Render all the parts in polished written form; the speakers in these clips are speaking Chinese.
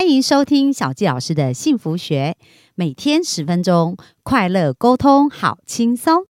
欢迎收听小纪老师的幸福学，每天10分钟，快乐沟通好轻松。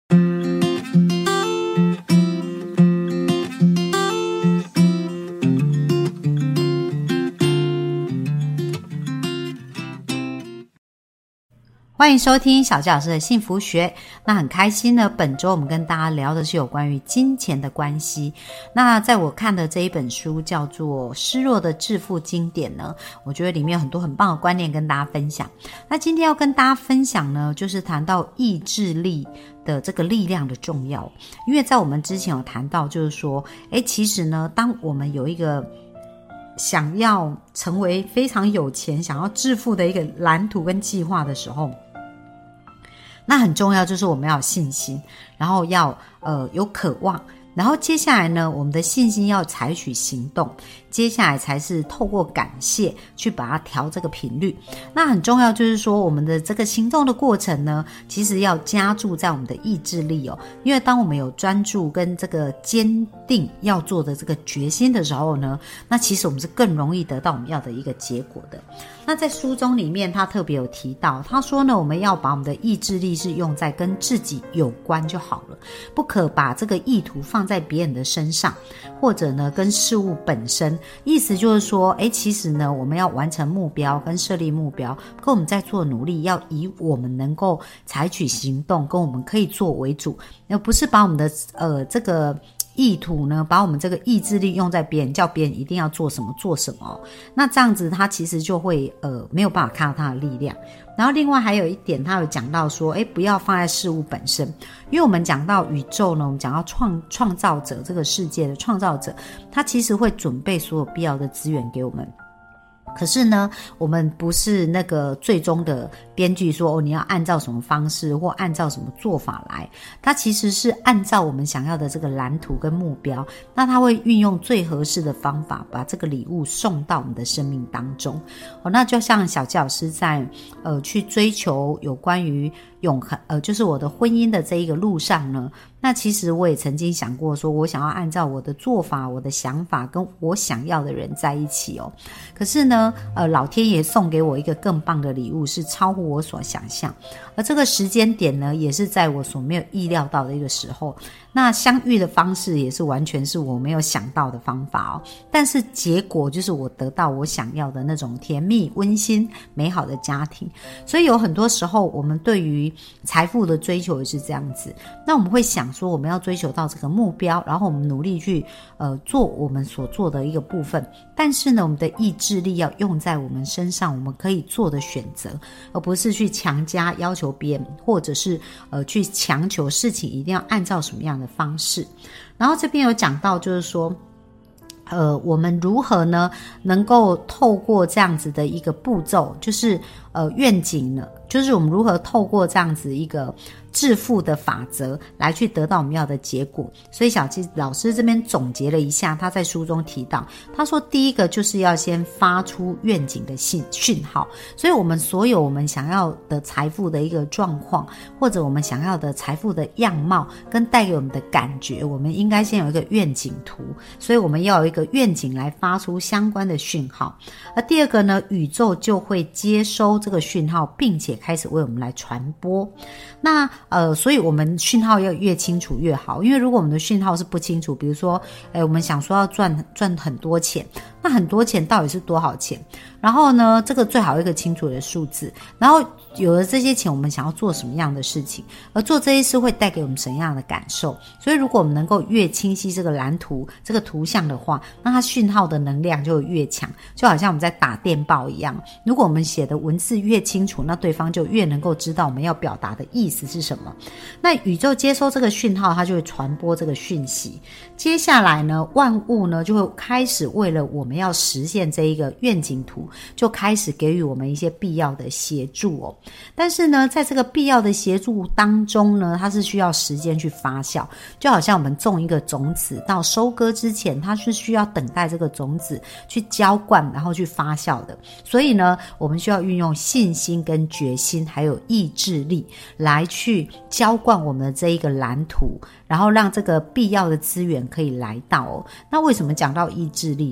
欢迎收听小纪老师的幸福学。那很开心呢，本周我们跟大家聊的是有关于金钱的关系。那在我看的这一本书叫做《失落的致富经典》呢，我觉得里面有很多很棒的观念跟大家分享。那今天要跟大家分享呢，就是谈到意志力的这个力量的重要。因为在我们之前有谈到，就是说其实呢，当我们有一个想要成为非常有钱、想要致富的一个蓝图跟计划的时候，那很重要，就是我们要有信心，然后要有渴望，然后接下来呢，我们的信心要采取行动，接下来才是透过感谢去把它调这个频率。那很重要就是说，我们的这个行动的过程呢，其实要加注在我们的意志力哦。因为当我们有专注跟这个坚定要做的这个决心的时候呢，那其实我们是更容易得到我们要的一个结果的。那在书中里面他特别有提到，他说呢，我们要把我们的意志力是用在跟自己有关就好了，不可把这个意图放在别人的身上，或者呢跟事物本身。意思就是说其实呢，我们要完成目标跟设立目标，跟我们在做努力要以我们能够采取行动跟我们可以做为主，而不是把我们的这个意图呢，把我们这个意志力用在别人，叫别人一定要做什么做什么，那这样子他其实就会没有办法看到他的力量。然后另外还有一点他有讲到说不要放在事物本身，因为我们讲到宇宙呢，我们讲到创造者，这个世界的创造者，他其实会准备所有必要的资源给我们。可是呢，我们不是那个最终的编剧说你要按照什么方式或按照什么做法来，它其实是按照我们想要的这个蓝图跟目标，那它会运用最合适的方法把这个礼物送到我们的生命当中。那就像小纪老师在去追求有关于永恒就是我的婚姻的这一个路上呢，那其实我也曾经想过说，我想要按照我的做法、我的想法跟我想要的人在一起哦。可是呢老天爷送给我一个更棒的礼物，是超乎我所想象，而这个时间点呢，也是在我所没有意料到的一个时候。那相遇的方式也是完全是我没有想到的方法哦，但是结果就是我得到我想要的那种甜蜜、温馨、美好的家庭。所以有很多时候我们对于财富的追求也是这样子，那我们会想说我们要追求到这个目标，然后我们努力去做我们所做的一个部分，但是呢，我们的意志力要用在我们身上，我们可以做的选择，而不是去强加要求别人，或者是去强求事情一定要按照什么样的方式。然后这边有讲到就是说我们如何呢能够透过这样子的一个步骤，就是愿景呢，就是我们如何透过这样子一个致富的法则来去得到我们要的结果。所以小纪老师这边总结了一下，他在书中提到，他说第一个就是要先发出愿景的讯号。所以我们所有我们想要的财富的一个状况，或者我们想要的财富的样貌跟带给我们的感觉，我们应该先有一个愿景图，所以我们要有一个愿景来发出相关的讯号。而第二个呢，宇宙就会接收这个讯号，并且开始为我们来传播。那所以我们讯号要越清楚越好，因为如果我们的讯号是不清楚，比如说我们想说要赚很多钱，那很多钱到底是多少钱，然后呢这个最好一个清楚的数字，然后有了这些钱我们想要做什么样的事情，而做这些事会带给我们什么样的感受。所以如果我们能够越清晰这个蓝图这个图像的话，那它讯号的能量就会越强，就好像我们在打电报一样，如果我们写的文字越清楚，那对方就越能够知道我们要表达的意思是什么。那宇宙接收这个讯号，它就会传播这个讯息，接下来呢万物呢就会开始为了我们要实现这一个愿景图，就开始给予我们一些必要的协助哦。但是呢在这个必要的协助当中呢，它是需要时间去发酵，就好像我们种一个种子到收割之前，它是需要等待这个种子去浇灌然后去发酵的。所以呢我们需要运用信心跟决心还有意志力来去浇灌我们的这一个蓝图，然后让这个必要的资源可以来到哦。那为什么讲到意志力呢？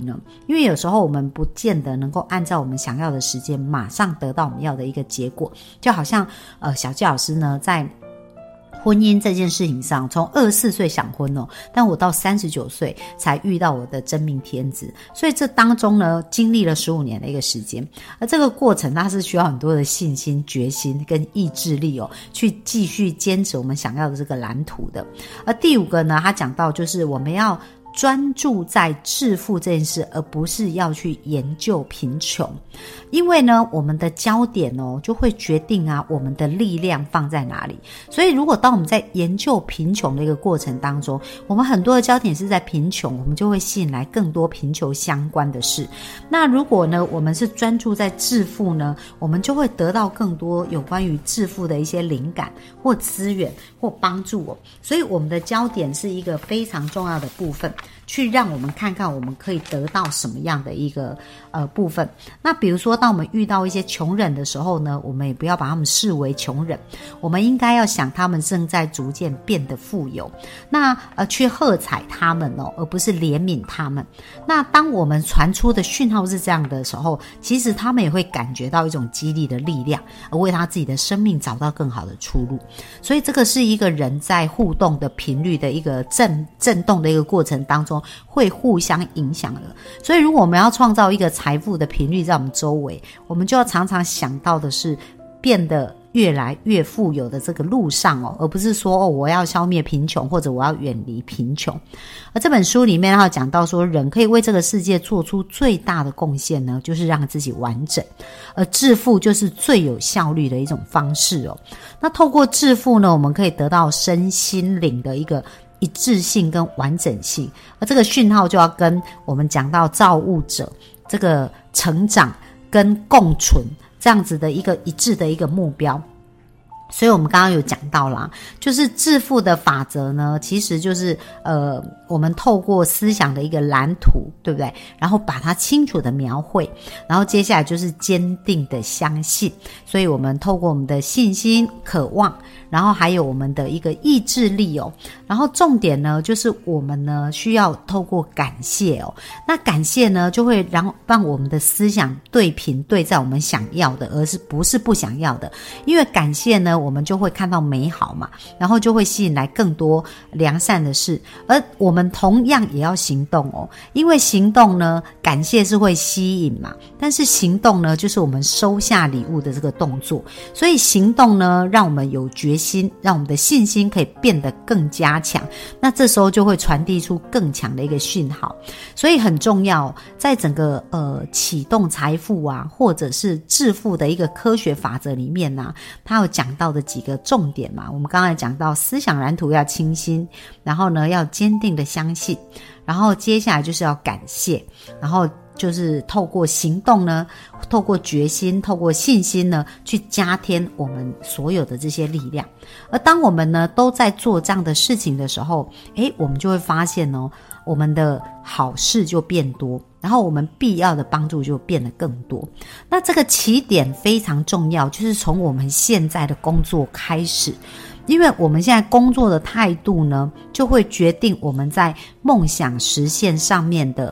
因为有时候我们不见得能够按照我们想要的时间马上得到我们要的一个结果，就好像小纪老师呢在婚姻这件事情上，从24岁想婚哦，但我到39岁才遇到我的真命天子，所以这当中呢，经历了15年的一个时间，而这个过程它是需要很多的信心、决心跟意志力哦，去继续坚持我们想要的这个蓝图的。而第5个呢，他讲到就是我们要专注在致富这件事，而不是要去研究贫穷。因为呢，我们的焦点就会决定我们的力量放在哪里。所以如果当我们在研究贫穷的一个过程当中，我们很多的焦点是在贫穷，我们就会吸引来更多贫穷相关的事。那如果呢，我们是专注在致富呢，我们就会得到更多有关于致富的一些灵感或资源或帮助所以我们的焦点是一个非常重要的部分，去让我们看看我们可以得到什么样的一个部分。那比如说当我们遇到一些穷人的时候呢，我们也不要把他们视为穷人，我们应该要想他们正在逐渐变得富有，那去喝彩他们而不是怜悯他们。那当我们传出的讯号是这样的时候，其实他们也会感觉到一种激励的力量，而为他自己的生命找到更好的出路。所以这个是一个人在互动的频率的一个震动的一个过程当中会互相影响的。所以如果我们要创造一个财富的频率在我们周围，我们就要常常想到的是变得越来越富有的这个路上而不是说我要消灭贫穷或者我要远离贫穷。而这本书里面他讲到说，人可以为这个世界做出最大的贡献呢，就是让自己完整，而致富就是最有效率的一种方式那透过致富呢，我们可以得到身心灵的一个一致性跟完整性，而这个讯号就要跟我们讲到造物者这个成长跟共存这样子的一个一致的一个目标。所以我们刚刚有讲到啦，就是致富的法则呢，其实就是我们透过思想的一个蓝图，对不对？然后把它清楚的描绘，然后接下来就是坚定的相信。所以我们透过我们的信心、渴望，然后还有我们的一个意志力然后重点呢，就是我们呢需要透过感谢那感谢呢，就会让我们的思想对频对在我们想要的，而是不是不想要的。因为感谢呢，我们就会看到美好嘛，然后就会吸引来更多良善的事。而我们同样也要行动因为行动呢，感谢是会吸引嘛，但是行动呢，就是我们收下礼物的这个动作。所以行动呢，让我们有决心，让我们的信心可以变得更加强，那这时候就会传递出更强的一个讯号。所以很重要，在整个启动财富或者是致富的一个科学法则里面它有讲到的几个重点嘛。我们刚才讲到思想蓝图要清晰，然后呢要坚定的相信，然后接下来就是要感谢，然后就是透过行动呢，透过决心，透过信心呢，去加添我们所有的这些力量。而当我们呢都在做这样的事情的时候，我们就会发现我们的好事就变多，然后我们必要的帮助就变得更多。那这个起点非常重要，就是从我们现在的工作开始。因为我们现在工作的态度呢，就会决定我们在梦想实现上面的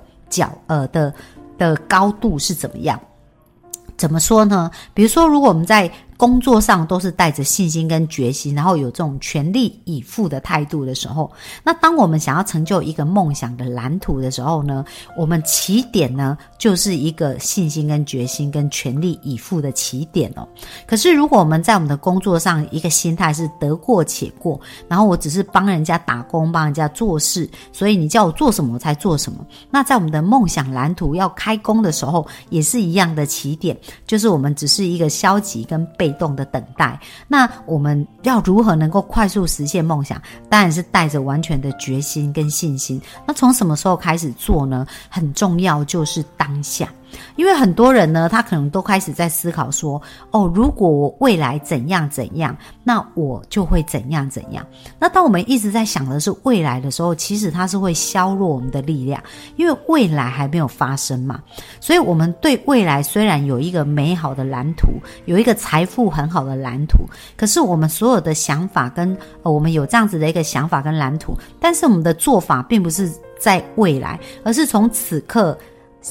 高度是怎么样。怎么说呢？比如说如果我们在工作上都是带着信心跟决心，然后有这种全力以赴的态度的时候，那当我们想要成就一个梦想的蓝图的时候呢，我们起点呢就是一个信心跟决心跟全力以赴的起点可是如果我们在我们的工作上一个心态是得过且过，然后我只是帮人家打工，帮人家做事，所以你叫我做什么我才做什么，那在我们的梦想蓝图要开工的时候也是一样的起点，就是我们只是一个消极跟被动的等待。那我们要如何能够快速实现梦想？当然是带着完全的决心跟信心。那从什么时候开始做呢？很重要，就是当下。因为很多人呢，他可能都开始在思考说，如果我未来怎样怎样，那我就会怎样怎样。那当我们一直在想的是未来的时候，其实它是会削弱我们的力量，因为未来还没有发生嘛。所以我们对未来虽然有一个美好的蓝图，有一个财富很好的蓝图，可是我们所有的想法跟我们有这样子的一个想法跟蓝图，但是我们的做法并不是在未来，而是从此刻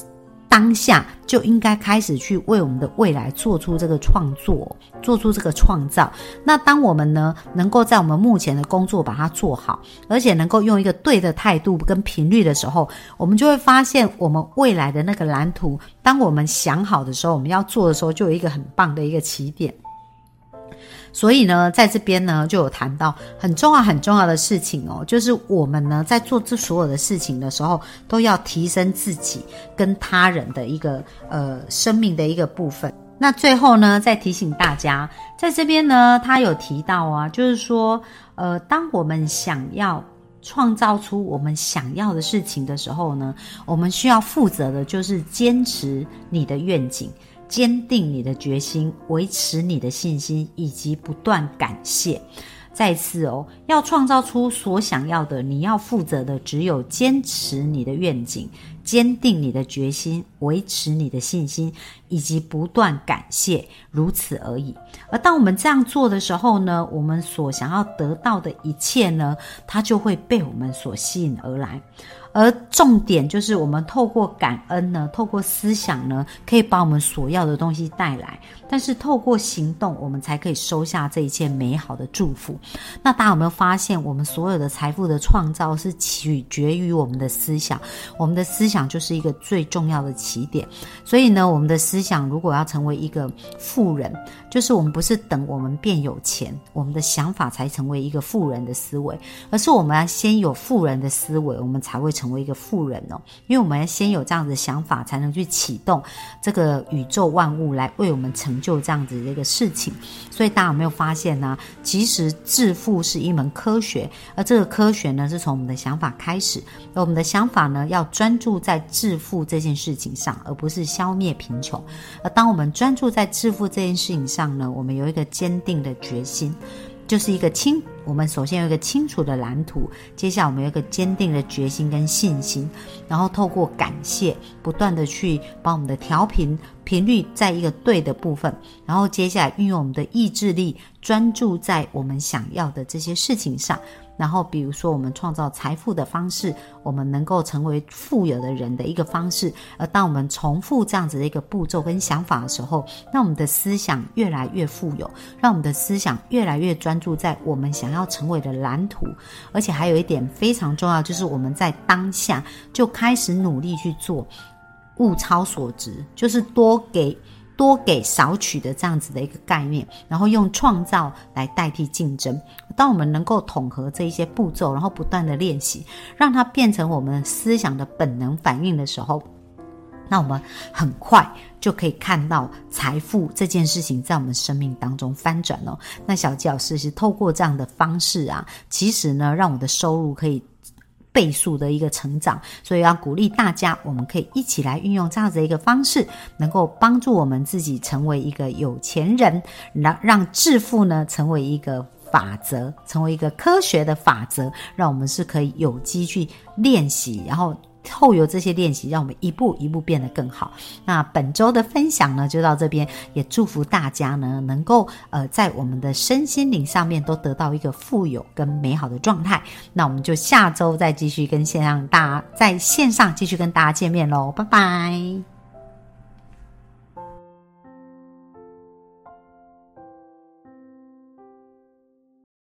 当下就应该开始去为我们的未来做出这个创作，做出这个创造。那当我们呢能够在我们目前的工作把它做好，而且能够用一个对的态度跟频率的时候，我们就会发现我们未来的那个蓝图，当我们想好的时候，我们要做的时候，就有一个很棒的一个起点。所以呢，在这边呢就有谈到很重要的事情哦，就是我们呢在做这所有的事情的时候，都要提升自己跟他人的一个生命的一个部分。那最后呢，再提醒大家，在这边呢，他有提到啊，就是说当我们想要创造出我们想要的事情的时候呢，我们需要负责的就是坚持你的愿景，坚定你的决心，维持你的信心，以及不断感谢。再次哦，要创造出所想要的，你要负责的只有坚持你的愿景，坚定你的决心，维持你的信心，以及不断感谢，如此而已。而当我们这样做的时候呢，我们所想要得到的一切呢，它就会被我们所吸引而来。而重点就是我们透过感恩呢，透过思想呢，可以把我们所要的东西带来，但是透过行动，我们才可以收下这一切美好的祝福。那大家有没有发现，我们所有的财富的创造是取决于我们的思想，我们的思想就是一个最重要的起点。所以呢，我们的思想如果要成为一个富人，就是我们不是等我们变有钱，我们的想法才成为一个富人的思维，而是我们要先有富人的思维，我们才会成为一个富人哦。因为我们要先有这样子的想法，才能去启动这个宇宙万物来为我们成就这样子的一个事情。所以大家有没有发现呢？其实致富是一门科学，而这个科学呢是从我们的想法开始，而我们的想法呢要专注在致富这件事情上，而不是消灭贫穷。而当我们专注在致富这件事情上呢，我们有一个坚定的决心，就是我们首先有一个清楚的蓝图，接下来我们有一个坚定的决心跟信心，然后透过感谢不断的去把我们的调频率在一个对的部分，然后接下来运用我们的意志力，专注在我们想要的这些事情上。然后比如说我们创造财富的方式，我们能够成为富有的人的一个方式。而当我们重复这样子的一个步骤跟想法的时候，让我们的思想越来越富有，让我们的思想越来越专注在我们想要成为的蓝图。而且还有一点非常重要，就是我们在当下就开始努力去做物超所值，就是多给少取的这样子的一个概念，然后用创造来代替竞争。当我们能够统合这一些步骤，然后不断的练习，让它变成我们思想的本能反应的时候，那我们很快就可以看到财富这件事情在我们生命当中翻转哦。那小纪老师是透过这样的方式啊，其实呢让我的收入可以倍数的一个成长。所以要鼓励大家，我们可以一起来运用这样子的一个方式，能够帮助我们自己成为一个有钱人，让致富呢成为一个法则，成为一个科学的法则，让我们是可以有机去练习，然后透由这些练习，让我们一步一步变得更好。那本周的分享呢就到这边，也祝福大家呢能够在我们的身心灵上面都得到一个富有跟美好的状态。那我们就下周再继续在线上继续跟大家见面咯，拜拜。